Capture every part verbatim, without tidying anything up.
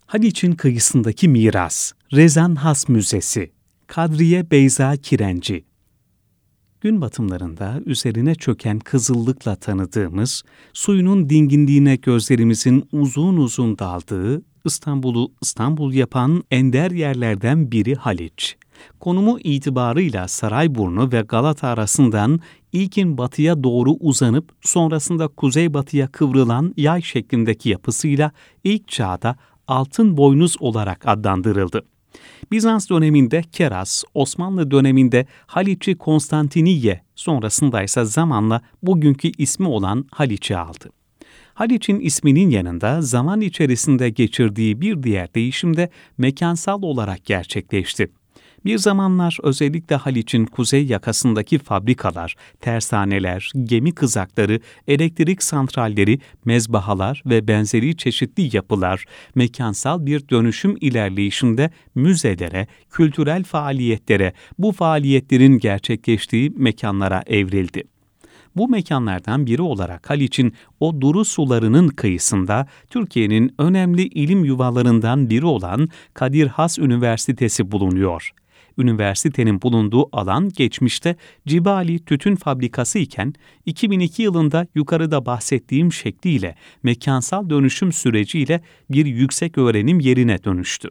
Haliç'in kıyısındaki miras, Rezan Has Müzesi, Kadriye Beyza Kirenci. Gün batımlarında üzerine çöken kızıllıkla tanıdığımız, suyunun dinginliğine gözlerimizin uzun uzun daldığı, İstanbul'u İstanbul yapan ender yerlerden biri Haliç. Konumu itibarıyla Sarayburnu ve Galata arasından ilkin batıya doğru uzanıp sonrasında kuzeybatıya kıvrılan yay şeklindeki yapısıyla ilk çağda altın boynuz olarak adlandırıldı. Bizans döneminde Keras, Osmanlı döneminde Haliç'i Konstantiniye, sonrasında ise zamanla bugünkü ismi olan Haliç'i aldı. Haliç'in isminin yanında zaman içerisinde geçirdiği bir diğer değişim de mekansal olarak gerçekleşti. Bir zamanlar özellikle Haliç'in kuzey yakasındaki fabrikalar, tersaneler, gemi kızakları, elektrik santralleri, mezbahalar ve benzeri çeşitli yapılar, mekansal bir dönüşüm ilerleyişinde müzelere, kültürel faaliyetlere, bu faaliyetlerin gerçekleştiği mekanlara evrildi. Bu mekanlardan biri olarak Haliç'in o duru sularının kıyısında Türkiye'nin önemli ilim yuvalarından biri olan Kadir Has Üniversitesi bulunuyor. Üniversitenin bulunduğu alan geçmişte Cibali Tütün Fabrikası iken iki bin iki yılında yukarıda bahsettiğim şekliyle mekansal dönüşüm süreciyle bir yüksek öğrenim yerine dönüştü.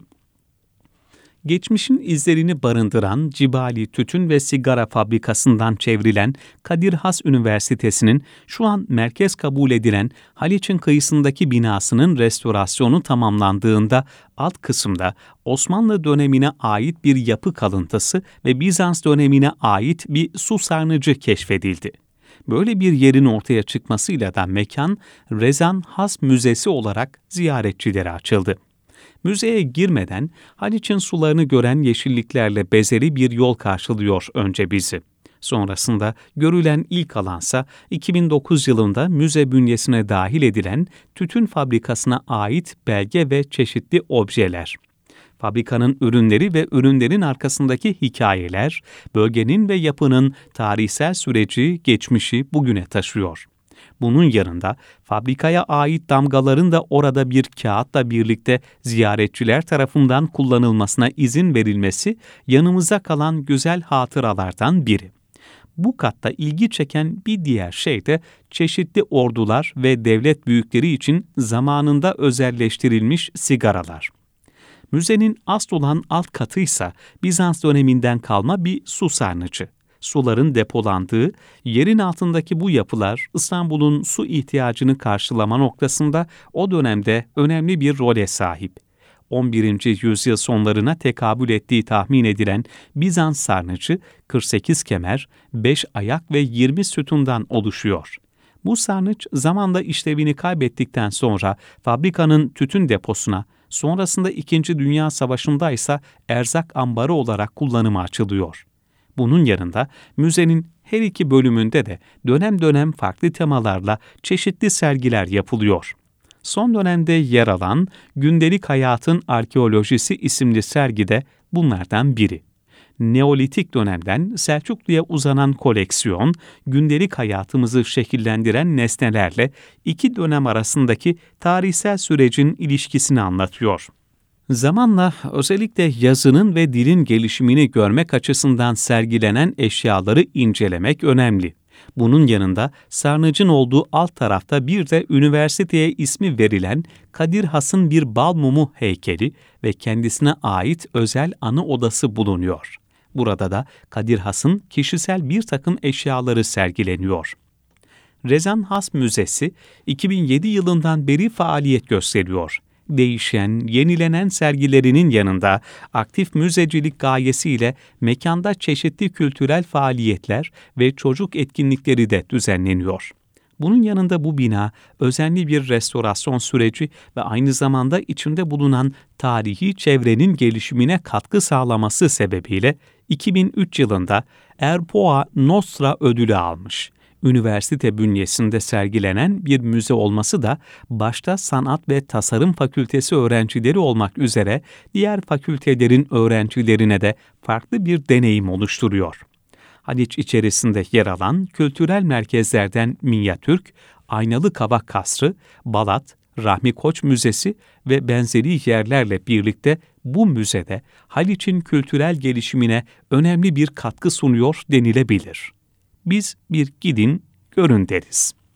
Geçmişin izlerini barındıran Cibali Tütün ve Sigara Fabrikası'ndan çevrilen Kadir Has Üniversitesi'nin şu an merkez kabul edilen Haliç'in kıyısındaki binasının restorasyonu tamamlandığında alt kısımda Osmanlı dönemine ait bir yapı kalıntısı ve Bizans dönemine ait bir su sarnıcı keşfedildi. Böyle bir yerin ortaya çıkmasıyla da mekan Rezan Has Müzesi olarak ziyaretçilere açıldı. Müzeye girmeden Haliç'in sularını gören yeşilliklerle bezeli bir yol karşılıyor önce bizi. Sonrasında görülen ilk alansa iki bin dokuz yılında müze bünyesine dahil edilen tütün fabrikasına ait belge ve çeşitli objeler. Fabrikanın ürünleri ve ürünlerin arkasındaki hikayeler, bölgenin ve yapının tarihsel süreci, geçmişi bugüne taşıyor. Bunun yanında fabrikaya ait damgaların da orada bir kağıtla birlikte ziyaretçiler tarafından kullanılmasına izin verilmesi yanımıza kalan güzel hatıralardan biri. Bu katta ilgi çeken bir diğer şey de çeşitli ordular ve devlet büyükleri için zamanında özelleştirilmiş sigaralar. Müzenin asıl olan alt katı ise Bizans döneminden kalma bir su sarnıcı. Suların depolandığı, yerin altındaki bu yapılar İstanbul'un su ihtiyacını karşılama noktasında o dönemde önemli bir role sahip. on birinci yüzyıl sonlarına tekabül ettiği tahmin edilen Bizans sarnıcı kırk sekiz kemer, beş ayak ve yirmi sütundan oluşuyor. Bu sarnıç zamanla işlevini kaybettikten sonra fabrikanın tütün deposuna, sonrasında İkinci Dünya Savaşı'nda ise erzak ambarı olarak kullanıma açılıyor. Bunun yanında müzenin her iki bölümünde de dönem dönem farklı temalarla çeşitli sergiler yapılıyor. Son dönemde yer alan Gündelik Hayatın Arkeolojisi isimli sergide bunlardan biri. Neolitik dönemden Selçuklu'ya uzanan koleksiyon, gündelik hayatımızı şekillendiren nesnelerle iki dönem arasındaki tarihsel sürecin ilişkisini anlatıyor. Zamanla özellikle yazının ve dilin gelişimini görmek açısından sergilenen eşyaları incelemek önemli. Bunun yanında sarnıcın olduğu alt tarafta bir de üniversiteye ismi verilen Kadir Has'ın bir bal mumu heykeli ve kendisine ait özel anı odası bulunuyor. Burada da Kadir Has'ın kişisel bir takım eşyaları sergileniyor. Rezan Has Müzesi iki bin yedi yılından beri faaliyet gösteriyor. Değişen, yenilenen sergilerinin yanında aktif müzecilik gayesiyle mekanda çeşitli kültürel faaliyetler ve çocuk etkinlikleri de düzenleniyor. Bunun yanında bu bina özenli bir restorasyon süreci ve aynı zamanda içinde bulunan tarihi çevrenin gelişimine katkı sağlaması sebebiyle iki bin üç yılında Erpoa Nostra ödülü almış. Üniversite bünyesinde sergilenen bir müze olması da başta Sanat ve Tasarım Fakültesi öğrencileri olmak üzere diğer fakültelerin öğrencilerine de farklı bir deneyim oluşturuyor. Haliç içerisinde yer alan kültürel merkezlerden Minyatürk, Aynalı Kavak Kasrı, Balat, Rahmi Koç Müzesi ve benzeri yerlerle birlikte bu müzede Haliç'in kültürel gelişimine önemli bir katkı sunuyor denilebilir. Biz bir gidin, görün deriz.